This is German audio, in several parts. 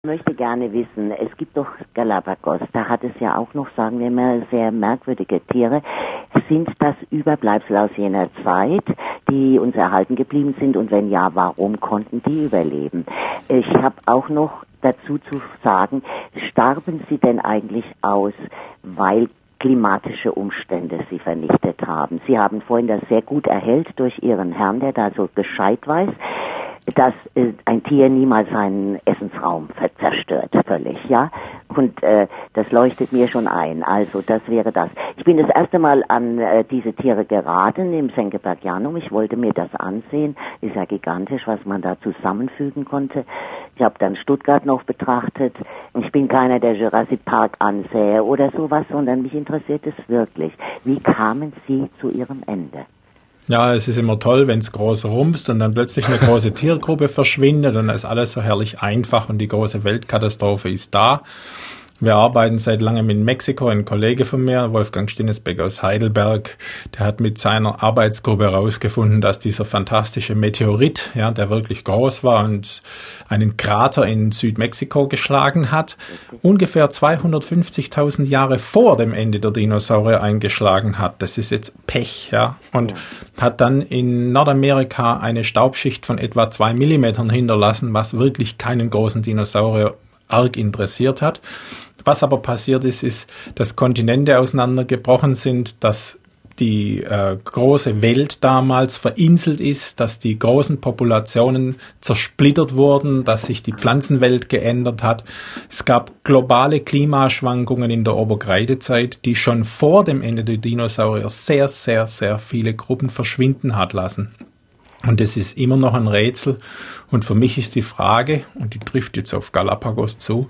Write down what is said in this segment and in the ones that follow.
Ich möchte gerne wissen, es gibt doch Galapagos, da hat es ja auch noch, sagen wir mal, sehr merkwürdige Tiere. Sind das Überbleibsel aus jener Zeit, die uns erhalten geblieben sind? Und wenn ja, warum konnten die überleben? Ich habe auch noch dazu zu sagen, starben sie denn eigentlich aus, weil klimatische Umstände sie vernichtet haben? Sie haben vorhin das sehr gut erhellt durch Ihren Herrn, der da so Bescheid weiß, dass ein Tier niemals seinen Essensraum zerstört, völlig, ja. Und das leuchtet mir schon ein. Also das wäre das. Ich bin das erste Mal an diese Tiere geraten im Senckebergianum. Ich wollte mir das ansehen. Ist ja gigantisch, was man da zusammenfügen konnte. Ich habe dann Stuttgart noch betrachtet. Ich bin keiner, der Jurassic Park ansähe oder sowas, sondern mich interessiert es wirklich. Wie kamen Sie zu Ihrem Ende? Ja, es ist immer toll, wenn es groß rumst und dann plötzlich eine große Tiergruppe verschwindet und dann ist alles so herrlich einfach und die große Weltkatastrophe ist da. Wir arbeiten seit langem in Mexiko. Ein Kollege von mir, Wolfgang Stinnesbeck aus Heidelberg, der hat mit seiner Arbeitsgruppe herausgefunden, dass dieser fantastische Meteorit, ja, der wirklich groß war und einen Krater in Südmexiko geschlagen hat, ungefähr 250.000 Jahre vor dem Ende der Dinosaurier eingeschlagen hat. Das ist jetzt Pech, ja, und hat dann in Nordamerika eine Staubschicht von etwa 2 Millimetern hinterlassen, was wirklich keinen großen Dinosaurier arg interessiert hat. Was aber passiert ist, dass Kontinente auseinandergebrochen sind, dass die große Welt damals verinselt ist, dass die großen Populationen zersplittert wurden, dass sich die Pflanzenwelt geändert hat. Es gab globale Klimaschwankungen in der Oberkreidezeit, die schon vor dem Ende der Dinosaurier sehr, sehr, sehr viele Gruppen verschwinden hat lassen. Und das ist immer noch ein Rätsel. Und für mich ist die Frage, und die trifft jetzt auf Galapagos zu,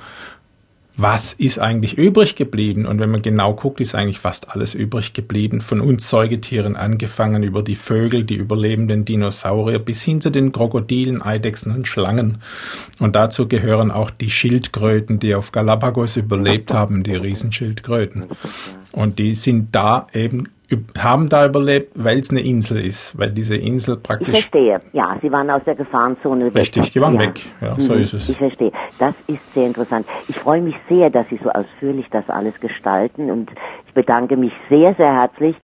was ist eigentlich übrig geblieben? Und wenn man genau guckt, ist eigentlich fast alles übrig geblieben. Von uns Säugetieren angefangen über die Vögel, die überlebenden Dinosaurier, bis hin zu den Krokodilen, Eidechsen und Schlangen. Und dazu gehören auch die Schildkröten, die auf Galapagos überlebt haben, die Riesenschildkröten. Und die sind da eben haben da überlebt, weil es eine Insel ist, weil diese Insel praktisch... Ich verstehe, ja, Sie waren aus der Gefahrenzone weg. Richtig, die waren weg, ja, so ist es. Ich verstehe, das ist sehr interessant. Ich freue mich sehr, dass Sie so ausführlich das alles gestalten und ich bedanke mich sehr, sehr herzlich.